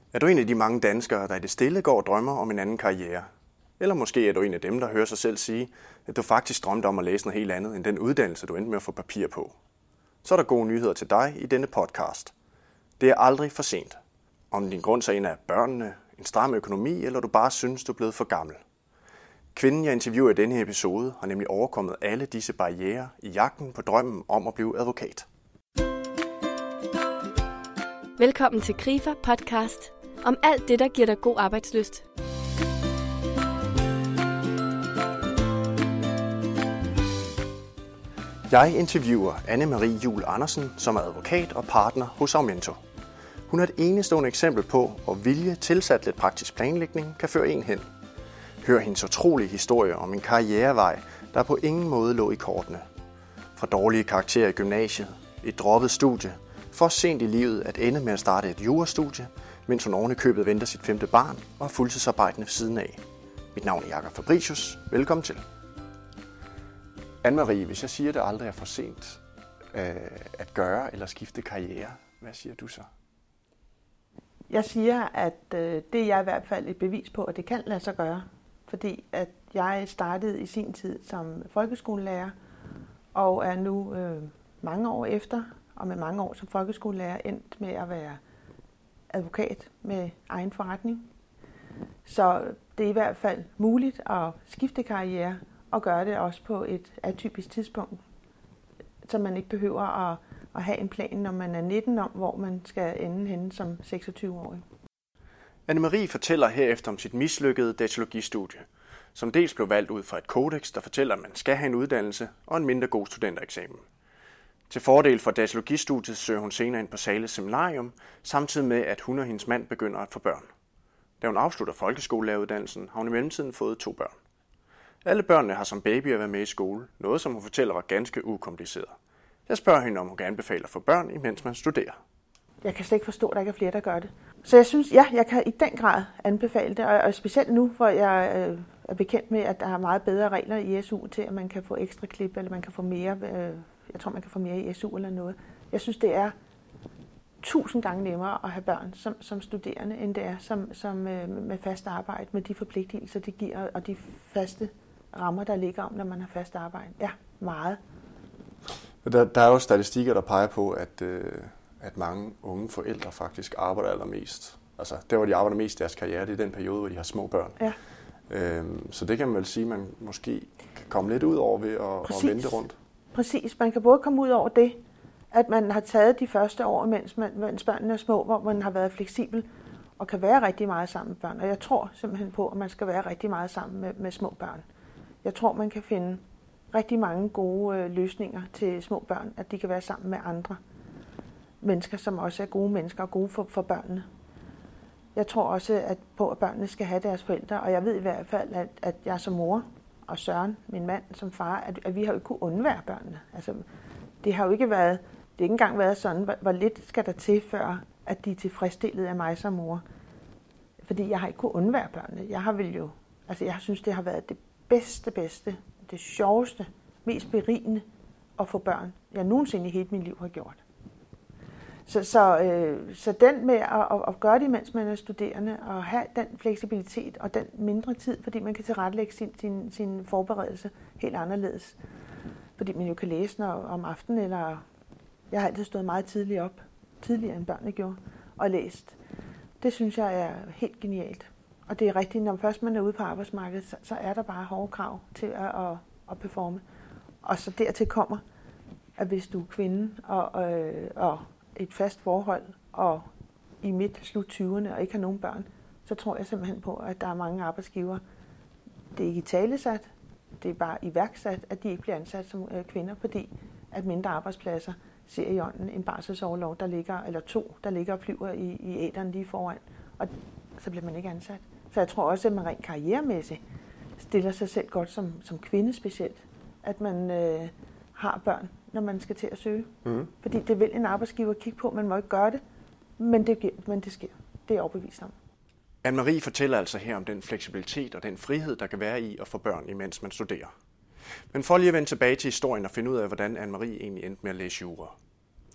Er du en af de mange danskere, der i det stille går og drømmer om en anden karriere? Eller måske er du en af dem, der hører sig selv sige, at du faktisk drømte om at læse noget helt andet end den uddannelse, du endte med at få papir på. Så er der gode nyheder til dig i denne podcast. Det er aldrig for sent. Om din grund så en af børnene, en stram økonomi, eller du bare synes, du er blevet for gammel. Kvinden, jeg interviewer i denne episode, har nemlig overkommet alle disse barrierer i jagten på drømmen om at blive advokat. Velkommen til Krifa podcast om alt det, der giver dig god arbejdslyst. Jeg interviewer Anne-Marie Juhl Andersen, som er advokat og partner hos Aumento. Hun er et enestående eksempel på, hvor vilje tilsat lidt praktisk planlægning kan føre en hen. Hør hendes utrolige historie om en karrierevej, der på ingen måde lå i kortene. Fra dårlige karakterer i gymnasiet, et droppet studie, for sent i livet at ende med at starte et jurastudie, mens hun oven i købet venter sit 5. barn og er fuldtidsarbejdende ved siden af. Mit navn er Jakob Fabricius. Velkommen til. Anne-Marie, hvis jeg siger, at det aldrig er for sent at gøre eller skifte karriere, hvad siger du så? Jeg siger, at det er i hvert fald et bevis på, at det kan lade sig gøre. Fordi at jeg startede i sin tid som folkeskolelærer, og er nu mange år efter, og med mange år som folkeskolelærer, endt med at være advokat med egen forretning. Så det er i hvert fald muligt at skifte karriere, og gøre det også på et atypisk tidspunkt, så man ikke behøver at have en plan, når man er 19 om, hvor man skal ende henne som 26-årig. Anne-Marie fortæller herefter om sit mislykkede datologistudie, som dels blev valgt ud fra et kodeks, der fortæller, at man skal have en uddannelse og en mindre god studentereksamen. Til fordel for datologistudiet søger hun senere ind på Zahles Seminarium, samtidig med, at hun og hendes mand begynder at få børn. Da hun afslutter folkeskolelæreruddannelsen, har hun i mellemtiden fået 2 børn. Alle børnene har som babyer været med i skole, noget som hun fortæller var ganske ukompliceret. Jeg spørger hende, om hun kan anbefale at få børn, imens man studerer. Jeg kan slet ikke forstå, at der ikke er flere, der gør det. Så jeg synes, ja, jeg kan i den grad anbefale det, og specielt nu, hvor jeg er bekendt med, at der er meget bedre regler i SU til, at man kan få ekstra klip, eller man kan få mere, jeg tror, man kan få mere i SU eller noget. Jeg synes, det er 1000 gange nemmere at have børn som studerende, end det er som med fast arbejde, med de forpligtelser, det giver, og de faste rammer, der ligger om, når man har fast arbejde. Ja, meget. Der er jo statistikker, der peger på, at mange unge forældre faktisk arbejder allermest. Altså, der hvor de arbejder mest i deres karriere, det er den periode, hvor de har små børn. Ja. Så det kan man vel sige, man måske kan komme lidt ud over ved at vente rundt. Præcis. Man kan både komme ud over det, at man har taget de første år, mens børnene er små, hvor man har været fleksibel og kan være rigtig meget sammen med børn. Og jeg tror simpelthen på, at man skal være rigtig meget sammen med små børn. Jeg tror, man kan finde rigtig mange gode løsninger til små børn, at de kan være sammen med andre mennesker, som også er gode mennesker og gode for børnene. Jeg tror også på, at børnene skal have deres forældre, og jeg ved i hvert fald, at jeg som mor og Søren, min mand, som far, at vi har jo ikke kunnet undvære børnene. Altså, det har jo ikke været, det har ikke engang været sådan, hvor lidt skal der til, før at de er tilfredsstillet af mig som mor. Fordi jeg har ikke kunnet undvære børnene. Jeg synes, det har været det bedste, det sjoveste, mest berigende at få børn, jeg nogensinde i hele mit liv har gjort. Så den med at gøre det, mens man er studerende, og have den fleksibilitet og den mindre tid, fordi man kan tilrettelægge sin forberedelse helt anderledes. Fordi man jo kan læse om aftenen, eller jeg har altid stået meget tidligt op, tidligere end børnene gjorde, og læst. Det synes jeg er helt genialt. Og det er rigtigt, når først man er ude på arbejdsmarkedet, så er der bare hårde krav til at performe. Og så dertil kommer, at hvis du er kvinde og et fast forhold, og i slut 20'erne og ikke har nogen børn, så tror jeg simpelthen på, at der er mange arbejdsgivere, det er ikke italesat, det er bare iværksat, at de ikke bliver ansat som kvinder, fordi at mindre arbejdspladser ser i ånden en barselsorlov, der ligger og flyver i æteren lige foran, og så bliver man ikke ansat. Så jeg tror også, at man rent karrieremæssigt stiller sig selv godt som kvinde specielt, at man har børn, når man skal til at søge. Mm. Fordi det vil en arbejdsgiver kigge på, man må ikke gøre det, men det sker. Det er jeg overbevist om. Anne-Marie fortæller altså her om den fleksibilitet og den frihed, der kan være i at få børn, imens man studerer. Men for lige at vende tilbage til historien og finde ud af, hvordan Anne-Marie egentlig endte med at læse jura.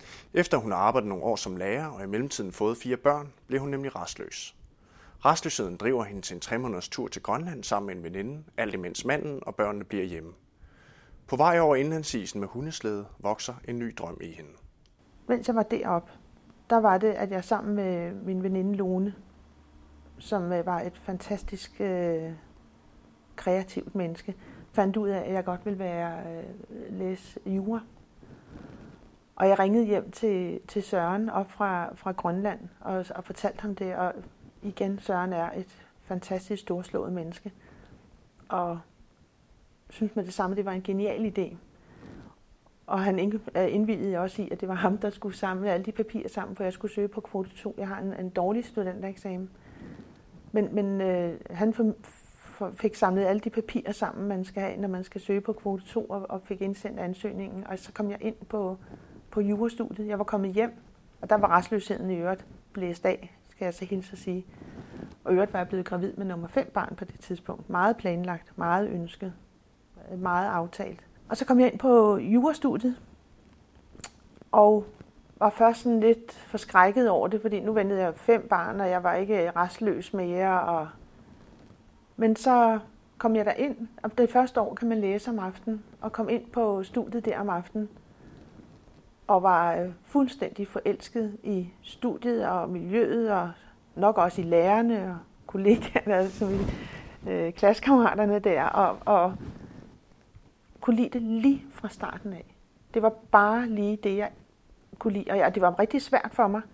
Efter hun har arbejdet nogle år som lærer og i mellemtiden fået 4 børn, blev hun nemlig rastløs. Rastløsheden driver hende til en 3 måneders tur til Grønland sammen med en veninde, alt imens manden og børnene bliver hjemme. På vej over indlandsisen med hundeslæde vokser en ny drøm i hende. Mens jeg var deroppe, der var det, at jeg sammen med min veninde Lone, som var et fantastisk kreativt menneske, fandt ud af, at jeg godt ville læse jura. Og jeg ringede hjem til Søren op fra Grønland og fortalte ham det. Og igen, Søren er et fantastisk storslået menneske. Og synes med det samme, det var en genial idé. Og han indvilligede også i, at det var ham, der skulle samle alle de papirer sammen, for jeg skulle søge på kvote 2. Jeg har en dårlig studentereksamen. Men han fik samlet alle de papirer sammen, man skal have, når man skal søge på kvote 2, og fik indsendt ansøgningen. Og så kom jeg ind på jurastudiet. Jeg var kommet hjem, og der var rastløsheden i øvrigt blæst af, skal jeg så hilse at sige. Og i øvrigt var jeg blevet gravid med nummer 5 barn på det tidspunkt. Meget planlagt, meget ønsket, meget aftalt. Og så kom jeg ind på jurastudiet, og var først sådan lidt forskrækket over det, fordi nu ventede jeg 5 barn, og jeg var ikke rastløs mere. Men så kom jeg derind, og det første år kan man læse om aftenen, og kom ind på studiet der om aftenen, og var fuldstændig forelsket i studiet og miljøet, og nok også i lærerne og kollegaerne, altså klassekammeraterne der, og kunne lide det lige fra starten af. Det var bare lige det, jeg kunne lide, og det var rigtig svært for mig.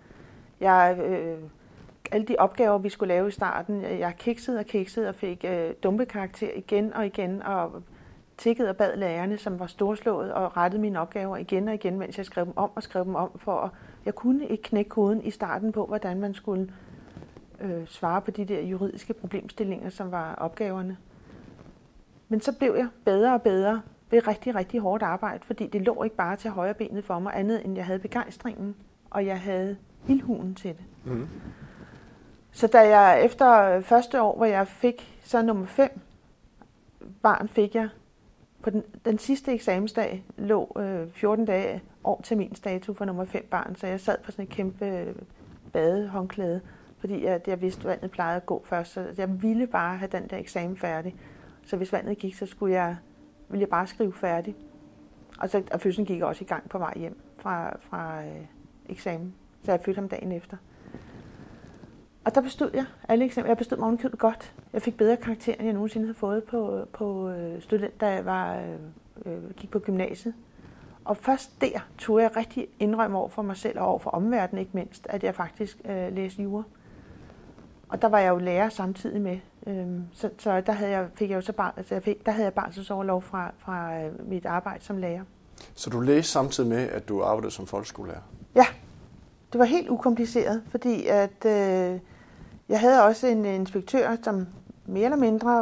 Alle de opgaver, vi skulle lave i starten, jeg kiksede og fik dumpekarakter igen og igen, og tikkede og bad lærerne, som var storslået, og rettede mine opgaver igen og igen, mens jeg skrev dem om, for jeg kunne ikke knække koden i starten på, hvordan man skulle svare på de der juridiske problemstillinger, som var opgaverne. Men så blev jeg bedre og bedre ved rigtig, rigtig hårdt arbejde, fordi det lå ikke bare til højre benet for mig, andet end jeg havde begejstringen, og jeg havde ildhugen til det. Mm. Så da jeg efter første år, hvor jeg fik så nummer 5 barn, fik jeg på den sidste eksamensdag, lå 14 dage over terminsdato for nummer 5 barn, så jeg sad på sådan et kæmpe badehåndklæde, fordi jeg vidste, at vandet plejede at gå først, så jeg ville bare have den der eksamen færdig. Så hvis vandet gik, så ville jeg bare skrive færdig. Og fødslen gik også i gang på vej hjem fra eksamen, så jeg fødte ham dagen efter. Og der bestod jeg alle eksamener. Jeg bestod mig ovenikøbet godt. Jeg fik bedre karakterer, end jeg nogensinde havde fået på student, da jeg gik på gymnasiet. Og først der tog jeg rigtig indrømme over for mig selv og over for omverdenen ikke mindst, at jeg faktisk læste jura. Og der var jeg jo lærer samtidig med. Så der havde jeg barselsorlov fra mit arbejde som lærer. Så du læste samtidig med, at du arbejdede som folkeskolelærer? Ja, det var helt ukompliceret, fordi at jeg havde også en inspektør, som mere eller mindre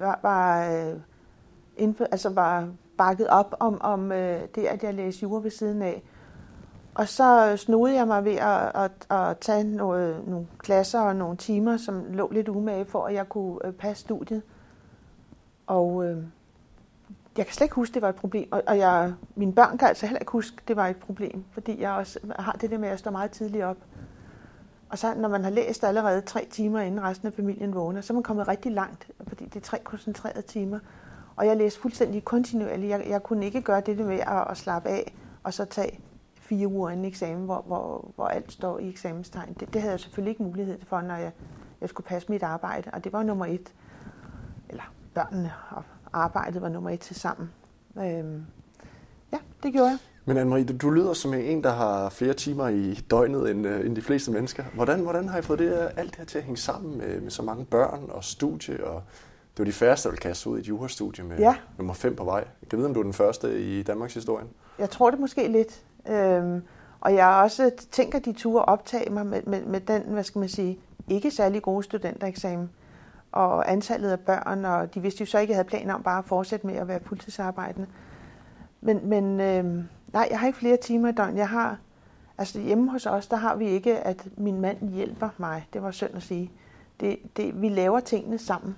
var bakket op om det, at jeg læste jura ved siden af. Og så snodede jeg mig ved at tage nogle klasser og nogle timer, som lå lidt umage for, at jeg kunne passe studiet. Og jeg kan slet ikke huske, det var et problem. Og mine børn kan altså heller ikke huske, det var et problem, fordi jeg også har det der med at stå meget tidligt op. Og så når man har læst allerede 3 timer, inden resten af familien vågner, så er man kommet rigtig langt, fordi det er 3 koncentrerede timer. Og jeg læste fuldstændig kontinuerligt. Jeg kunne ikke gøre det med at slappe af, og så tage 4 uger inden eksamen, hvor alt står i eksamenstegn. Det havde jeg selvfølgelig ikke mulighed for, når jeg skulle passe mit arbejde. Og det var nummer 1. Eller børnene og arbejdet var nummer 1 til sammen. Ja, det gjorde jeg. Men Anne-Marie, du lyder som en, der har flere timer i døgnet end de fleste mennesker. Hvordan har I fået alt det her til at hænge sammen med så mange børn og studie? Og det var de færreste, der ville kaste ud i et jurastudie med nummer 5 på vej. Jeg kan vide, om du er den første i Danmarks historie. Jeg tror det måske lidt. Og jeg også tænker, de turde optage mig med den, hvad skal man sige, ikke særlig gode studentereksamen. Og antallet af børn, og de vidste jo så ikke, at jeg havde planer om bare at fortsætte med at være fuldtidsarbejdende. Men nej, jeg har ikke flere timer i døgnet. Hjemme hos os, der har vi ikke, at min mand hjælper mig. Det var synd at sige. Vi laver tingene sammen.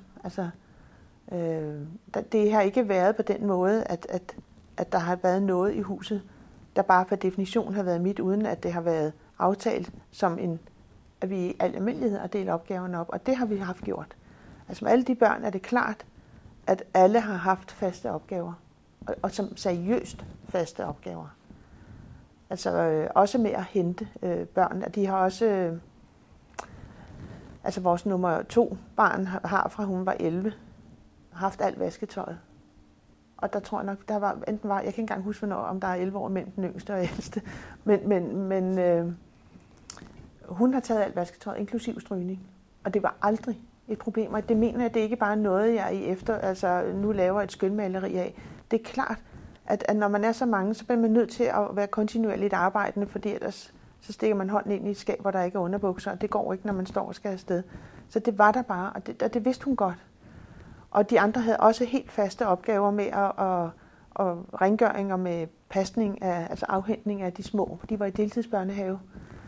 Det har ikke været på den måde, at der har været noget i huset, der bare per definition har været mit, uden at det har været aftalt som at vi i al almindelighed har delt opgaverne op, og det har vi haft gjort. Altså med alle de børn er det klart, at alle har haft faste opgaver, og som seriøst faste opgaver. Altså også med at hente børn. De har også, altså vores nummer 2 barn har fra hun var 11, haft alt vasketøjet. Og der tror jeg nok, der var, enten var, jeg kan ikke engang huske, om der er 11 år mellem den yngste og ældste, men hun har taget alt vasketøjet, inklusiv strygning. Og det var aldrig et problem, og det mener jeg, det er ikke bare noget, jeg nu laver et skønmaleri af. Det er klart, at når man er så mange, så bliver man nødt til at være kontinuerligt arbejdende, fordi ellers så stikker man hånden ind i et skab, hvor der ikke er underbukser, og det går ikke, når man står og skal afsted. Så det var der bare, og det vidste hun godt. Og de andre havde også helt faste opgaver med og rengøring og med pasning af, altså afhentning af de små. De var i deltidsbørnehave.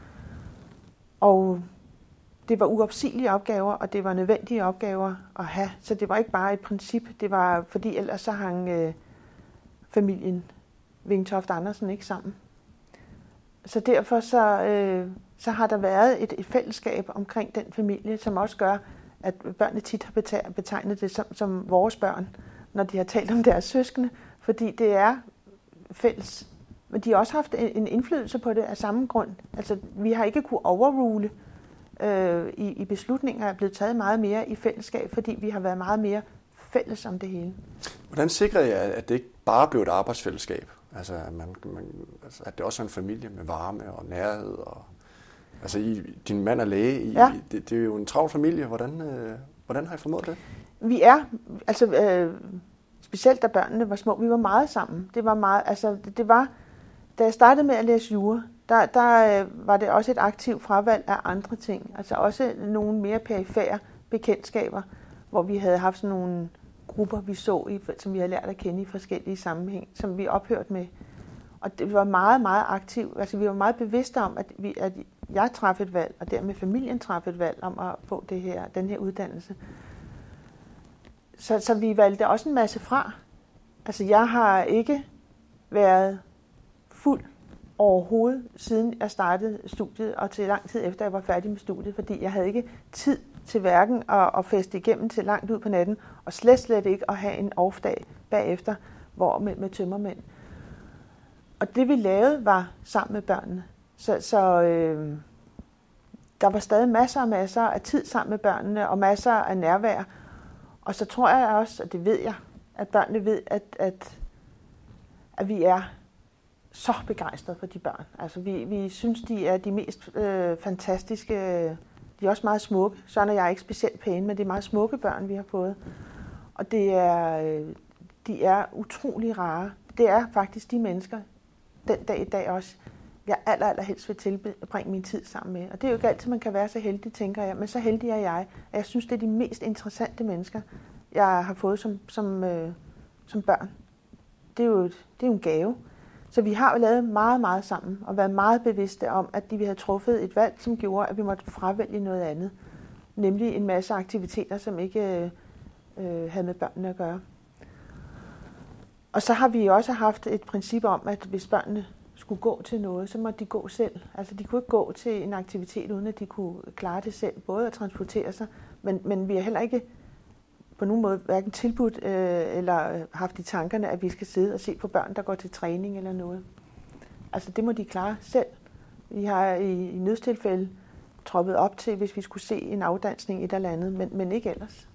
Og det var uopsigelige opgaver, og det var nødvendige opgaver at have. Så det var ikke bare et princip, det var fordi ellers så hang familien Vingtoft Andersen ikke sammen. Så derfor så har der været et fællesskab omkring den familie, som også gør, at børnene tit har betegnet det som vores børn, når de har talt om deres søskende, fordi det er fælles. Men de har også haft en indflydelse på det af samme grund. Altså, vi har ikke kunne overrule i beslutninger, er blevet taget meget mere i fællesskab, fordi vi har været meget mere fælles om det hele. Hvordan sikrer jeg, at det ikke bare blev et arbejdsfællesskab? Altså, at det også er en familie med varme og nærhed? Altså, din mand er læge. Ja. Det er jo en travl familie. Hvordan har I formået det? Vi er, specielt da børnene var små, vi var meget sammen. Det var, da jeg startede med at læse jura, der var det også et aktivt fravalg af andre ting. Altså også nogle mere perifære bekendtskaber, hvor vi havde haft sådan nogle grupper, vi så i, som vi havde lært at kende i forskellige sammenhæng, som vi ophørte med. Og det var meget, meget aktivt. Altså vi var meget bevidste om, at jeg traf et valg, og dermed familien traf et valg om at få den her uddannelse. Så vi valgte også en masse fra. Altså jeg har ikke været fuld overhovedet, siden jeg startede studiet, og til lang tid efter jeg var færdig med studiet, fordi jeg havde ikke tid til hverken at feste igennem til langt ud på natten, og slet ikke at have en off-dag bagefter, hvor med tømmermænd. Og det vi lavede var sammen med børnene. Så der var stadig masser af tid sammen med børnene, og masser af nærvær. Og så tror jeg også, og det ved jeg, at børnene ved, at vi er så begejstrede for de børn. Altså vi synes, de er de mest fantastiske. De er også meget smukke. Sådan er jeg ikke specielt pæne, men det er meget smukke børn, vi har fået. Og de er utrolig rare. Det er faktisk de mennesker, den dag i dag også, jeg allerhelst vil tilbringe min tid sammen med. Og det er jo ikke altid, man kan være så heldig, tænker jeg. Men så heldig er jeg. Og jeg synes, det er de mest interessante mennesker, jeg har fået som børn. Det er jo en gave. Så vi har jo lavet meget, meget sammen, og været meget bevidste om, at vi havde truffet et valg, som gjorde, at vi måtte fravælge noget andet. Nemlig en masse aktiviteter, som ikke havde med børnene at gøre. Og så har vi også haft et princip om, at hvis børnene skulle gå til noget, så måtte de gå selv. Altså de kunne ikke gå til en aktivitet, uden at de kunne klare det selv, både at transportere sig, men vi har heller ikke på nogen måde hverken tilbudt eller haft i tankerne, at vi skal sidde og se på børn, der går til træning eller noget. Altså det må de klare selv. Vi har i nødstilfælde troppet op til, hvis vi skulle se en afdansning et eller andet, men ikke ellers.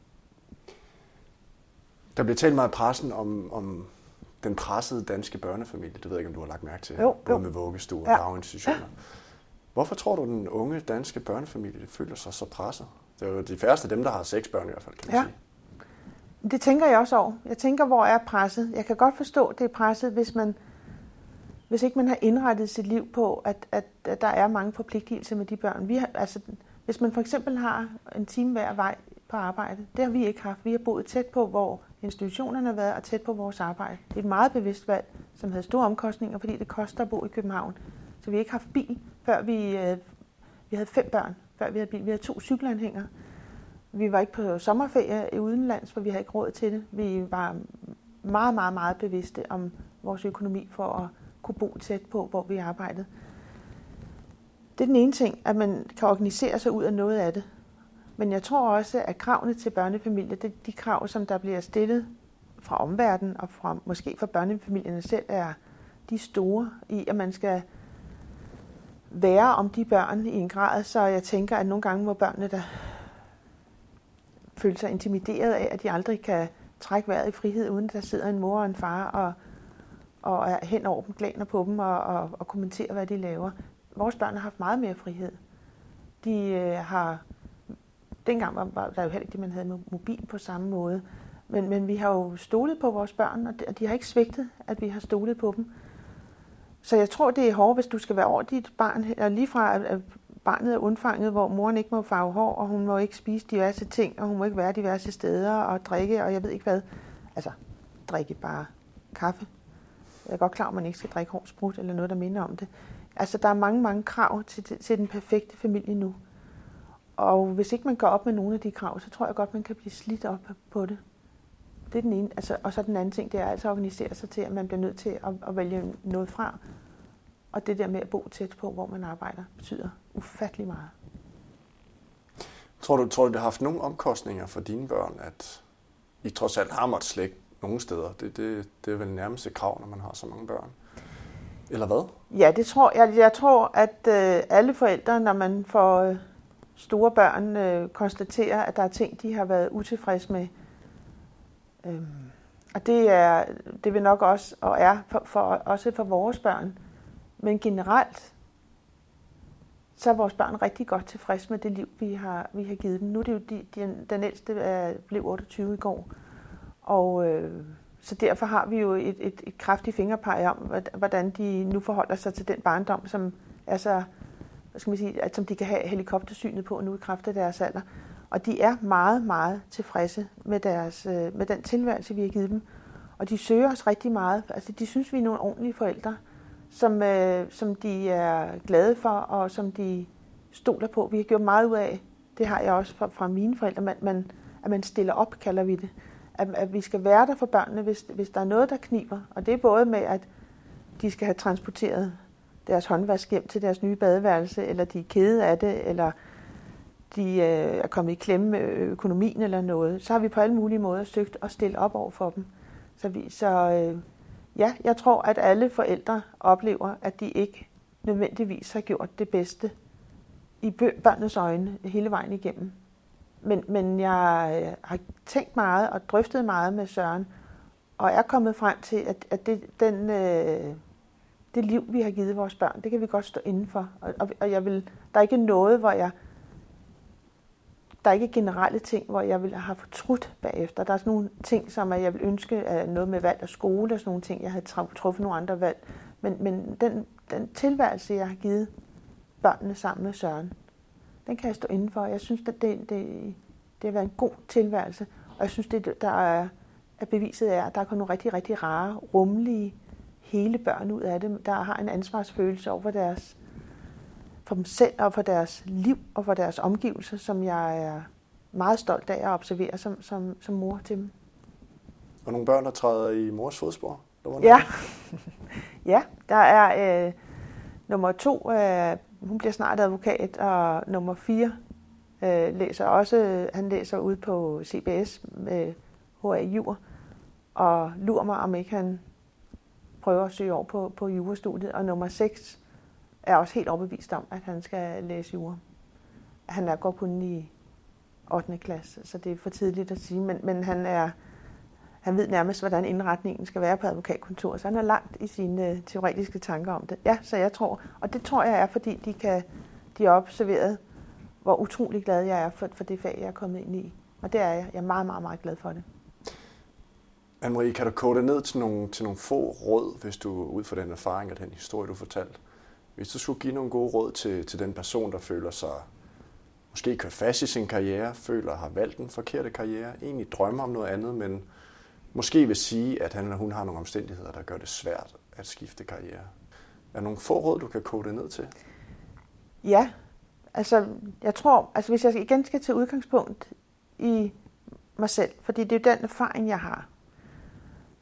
Der bliver talt meget i pressen om den pressede danske børnefamilie. Det ved jeg ikke, om du har lagt mærke til. Jo. Både med vuggestuer og daginstitutioner. Hvorfor tror du, den unge danske børnefamilie føler sig så presset? Det er jo de færreste dem, der har 6 børn i hvert fald, kan man sige. Det tænker jeg også over. Jeg tænker, hvor er presset? Jeg kan godt forstå, det er presset, hvis ikke man har indrettet sit liv på, at der er mange forpligtelser med de børn. Hvis man for eksempel har en time hver vej på arbejde, det har vi ikke haft. Vi har boet tæt på, hvor institutionerne har været, og tæt på vores arbejde. Det er et meget bevidst valg, som havde store omkostninger, fordi det koster at bo i København. Så vi har ikke haft bil, før vi havde 5 børn, før vi havde bil. Vi havde 2 cykelanhængere. Vi var ikke på sommerferie i udenlands, for vi havde ikke råd til det. Vi var meget, meget, meget bevidste om vores økonomi for at kunne bo tæt på, hvor vi arbejdede. Det er den ene ting, at man kan organisere sig ud af noget af det. Men jeg tror også, at kravene til børnefamilier, det er de krav, som der bliver stillet fra omverdenen og måske fra børnefamilierne selv, de store i, at man skal være om de børn i en grad, så jeg tænker, at nogle gange må børnene der føle sig intimideret af, at de aldrig kan trække vejret i frihed, uden der sidder en mor og en far og er hen over dem, glaner på dem og kommenterer, hvad de laver. Vores børn har haft meget mere frihed. Dengang var der jo heller ikke det, man havde mobil på samme måde. Men vi har jo stolet på vores børn, og de har ikke svigtet, at vi har stolet på dem. Så jeg tror, det er hårdt, hvis du skal være over dit barn, og lige fra at barnet er undfanget, hvor moren ikke må farve hår, og hun må ikke spise diverse ting, og hun må ikke være diverse steder og drikke, og jeg ved ikke hvad. Altså, drikke bare kaffe. Jeg er godt klar, at man ikke skal drikke hård sprut eller noget, der minder om det. Altså, der er mange, mange krav til den perfekte familie nu. Og hvis ikke man går op med nogle af de krav, så tror jeg godt, man kan blive slidt op på det. Det er den ene. Altså, og så den anden ting, det er altså at organisere sig til, at man bliver nødt til at vælge noget fra. Og det der med at bo tæt på, hvor man arbejder, betyder ufattelig meget. Tror du, det har haft nogle omkostninger for dine børn, at I trods alt har måttet slække nogle steder? Det er vel nærmest et krav, når man har så mange børn. Eller hvad? Ja, det tror jeg. Jeg tror, at alle forældre, når man får store børn, konstaterer, at der er ting, de har været utilfredse med. Og det vil nok også, og er også for vores børn. Men generelt, så er vores børn rigtig godt tilfredse med det liv, vi har givet dem. Nu er det jo den ældste blev 28 i går. Og så derfor har vi jo et kraftigt fingerpeg om, hvordan de nu forholder sig til den barndom, som er så, hvad skal man sige, at som de kan have helikoptersynet på nu i kraft af deres alder. Og de er meget, meget tilfredse med den tilværelse, vi har givet dem. Og de søger os rigtig meget. Altså, de synes, vi er nogle ordentlige forældre, som de er glade for, og som de stoler på. Vi har gjort meget ud af, det har jeg også fra mine forældre, at man stiller op, kalder vi det. At vi skal være der for børnene, hvis der er noget, der kniber. Og det er både med, at de skal have transporteret deres håndvask hjem til deres nye badeværelse, eller de er kede af det, eller de er kommet i klemme med økonomien eller noget. Så har vi på alle mulige måder søgt at stille op over for dem. Ja, jeg tror, at alle forældre oplever, at de ikke nødvendigvis har gjort det bedste i børnenes øjne hele vejen igennem. Men jeg har tænkt meget og drøftet meget med Søren, og er kommet frem til, at det liv, vi har givet vores børn, det kan vi godt stå indenfor. Og der er ikke noget, der er ikke generelle ting, hvor jeg vil have fortrudt bagefter. Der er sådan nogle ting, som jeg vil ønske, noget med valg af skole, og sådan nogle ting, jeg havde truffet nogle andre valg. Men den tilværelse, jeg har givet børnene sammen med Søren, den kan jeg stå indenfor. Jeg synes, at det har været en god tilværelse, og jeg synes, at beviset er, at der er kommet nogle rigtig, rigtig rare, rummelige, hele børn ud af det, der har en ansvarsfølelse over for dem selv og for deres liv og for deres omgivelser, som jeg er meget stolt af at observere som mor til dem. Og nogle børn, der træder i mors fodspor? Ja. Ja, der er nummer 2, hun bliver snart advokat, og nummer 4 han læser ude på CBS med HA Jur, og lurer mig, om ikke han prøver at søge over på jurastudiet. Og nummer 6 er også helt overbevist om, at han skal læse jura. Han går kun i 8. klasse, så det er for tidligt at sige, men han ved nærmest, hvordan indretningen skal være på advokatkontoret, så han er langt i sine teoretiske tanker om det. Ja, så jeg tror, og det tror jeg er, fordi de har observeret, hvor utrolig glad jeg er for det fag, jeg er kommet ind i. Og det er jeg. Jeg er meget, meget, meget glad for det. Anne-Marie, kan du kode det ned til nogle få råd, hvis du ud fra den erfaring og den historie, du fortalte? Hvis du skulle give nogle gode råd til den person, der føler sig måske kørt fast i sin karriere, føler at har valgt den forkerte karriere, egentlig drømmer om noget andet, men måske vil sige, at han eller hun har nogle omstændigheder, der gør det svært at skifte karriere. Er der nogle få råd, du kan kode det ned til? Ja, altså jeg tror, hvis jeg igen skal tage udgangspunkt i mig selv, fordi det er jo den erfaring, jeg har,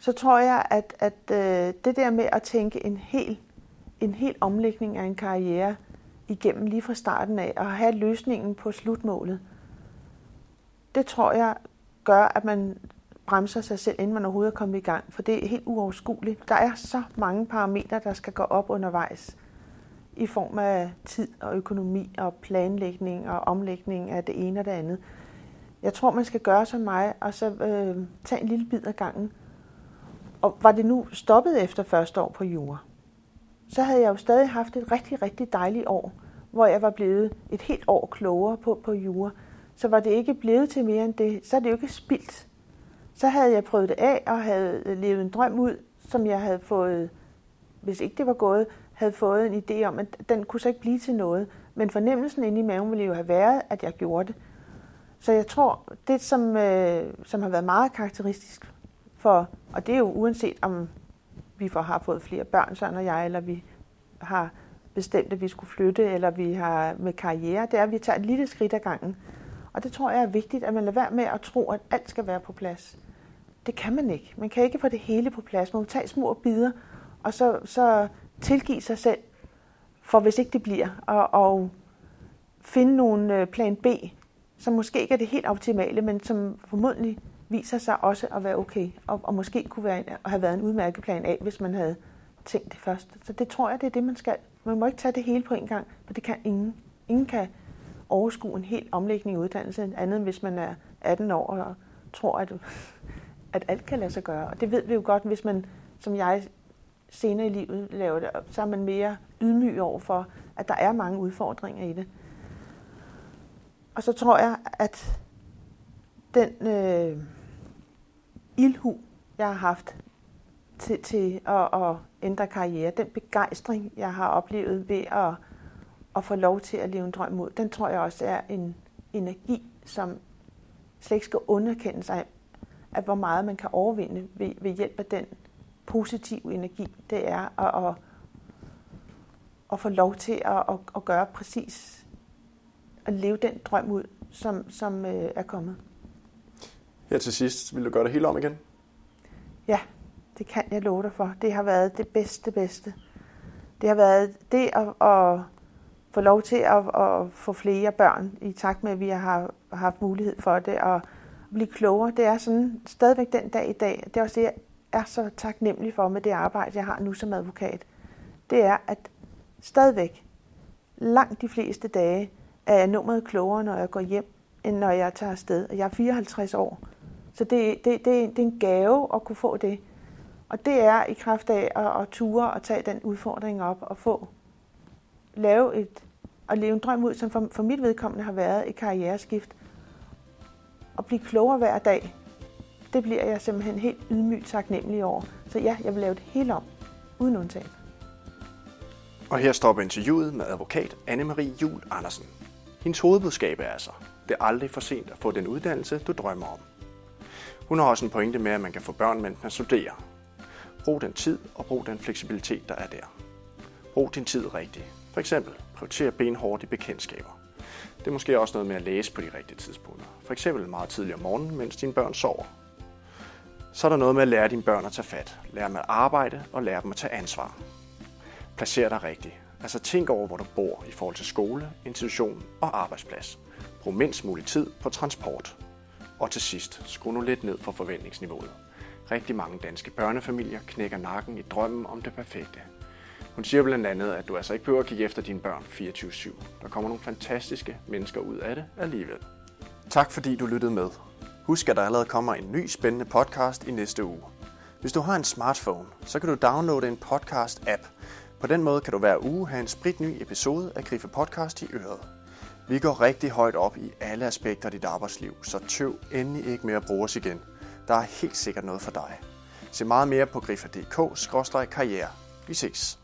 så tror jeg, at det der med at tænke en hel omlægning af en karriere igennem lige fra starten af, og have løsningen på slutmålet, det tror jeg gør, at man bremser sig selv, inden man overhovedet er kommet i gang, for det er helt uoverskueligt. Der er så mange parametre, der skal gå op undervejs, i form af tid og økonomi og planlægning og omlægning af det ene og det andet. Jeg tror, man skal gøre som mig, og så tage en lille bid af gangen. Og var det nu stoppet efter første år på jura, så havde jeg jo stadig haft et rigtig, rigtig dejligt år, hvor jeg var blevet et helt år klogere på jura. Så var det ikke blevet til mere end det, så er det jo ikke spildt. Så havde jeg prøvet det af og havde levet en drøm ud, som jeg havde fået, hvis ikke det var gået, havde fået en idé om, at den kunne så ikke blive til noget. Men fornemmelsen inde i maven ville jo have været, at jeg gjorde det. Så jeg tror, det som har været meget karakteristisk for, og det er jo uanset om vi har fået flere børn, Søren og jeg, eller vi har bestemt, at vi skulle flytte, eller vi har med karriere, det er, at vi tager et lille skridt ad gangen. Og det tror jeg er vigtigt, at man lader være med at tro, at alt skal være på plads. Det kan man ikke. Man kan ikke få det hele på plads. Man må tage små bidder, og så tilgive sig selv, for hvis ikke det bliver, og finde nogle plan B, som måske ikke er det helt optimale, men som formodentlig viser sig også at være okay, og måske kunne have været en udmærket plan A, hvis man havde tænkt det først. Så det tror jeg, det er det, man skal. Man må ikke tage det hele på en gang, for det kan ingen. Ingen kan overskue en hel omlægning af uddannelse, andet end hvis man er 18 år og tror, at alt kan lade sig gøre. Og det ved vi jo godt, hvis man, som jeg senere i livet laver det, så er man mere ydmyg over for, at der er mange udfordringer i det. Og så tror jeg, at den ildhu, jeg har haft til at ændre karriere, den begejstring, jeg har oplevet ved at få lov til at leve en drøm ud, den tror jeg også er en energi, som slet ikke skal underkendes af hvor meget man kan overvinde ved hjælp af den positive energi, det er at få lov til at gøre præcis, at leve den drøm ud, som er kommet. Her til sidst, vil du gøre det hele om igen? Ja, det kan jeg love dig for. Det har været det bedste. Det har været det at få lov til at få flere børn, i takt med, at vi har haft mulighed for det, og blive klogere. Det er sådan stadigvæk den dag i dag. Det er også det, jeg er så taknemmelig for med det arbejde, jeg har nu som advokat. Det er, at stadigvæk langt de fleste dage er jeg nummeret klogere, når jeg går hjem, end når jeg tager afsted. Og jeg er 54 år. Så det er en gave at kunne få det. Og det er i kraft af at ture og tage den udfordring op og leve en drøm ud, som for mit vedkommende har været et karriereskift. Og blive klogere hver dag. Det bliver jeg simpelthen helt ydmygt taknemmelig over. Så ja, jeg vil lave det hele om, uden undtagelse. Og her stopper interviewet med advokat Anne-Marie Juul Andersen. Hendes hovedbudskab er altså, det er aldrig for sent at få den uddannelse, du drømmer om. Hun har også en pointe med, at man kan få børn, mens man studerer. Brug den tid og brug den fleksibilitet, der er der. Brug din tid rigtigt. For eksempel, prioriter benhårdt i bekendtskaber. Det er måske også noget med at læse på de rigtige tidspunkter. For eksempel meget tidligt om morgenen, mens dine børn sover. Så er der noget med at lære dine børn at tage fat. Lære dem at arbejde og lære dem at tage ansvar. Placer dig rigtigt. Altså tænk over, hvor du bor i forhold til skole, institution og arbejdsplads. Brug mindst mulig tid på transport. Og til sidst, skru nu lidt ned for forventningsniveauet. Rigtig mange danske børnefamilier knækker nakken i drømmen om det perfekte. Hun siger blandt andet, at du altså ikke behøver at kigge efter dine børn 24/7. Der kommer nogle fantastiske mennesker ud af det alligevel. Tak fordi du lyttede med. Husk, at der allerede kommer en ny spændende podcast i næste uge. Hvis du har en smartphone, så kan du downloade en podcast-app. På den måde kan du hver uge have en spritny episode af Grife Podcast i øret. Vi går rigtig højt op i alle aspekter af dit arbejdsliv, så tøv endelig ikke med at bruge os igen. Der er helt sikkert noget for dig. Se meget mere på grife.dk/karriere. Vi ses.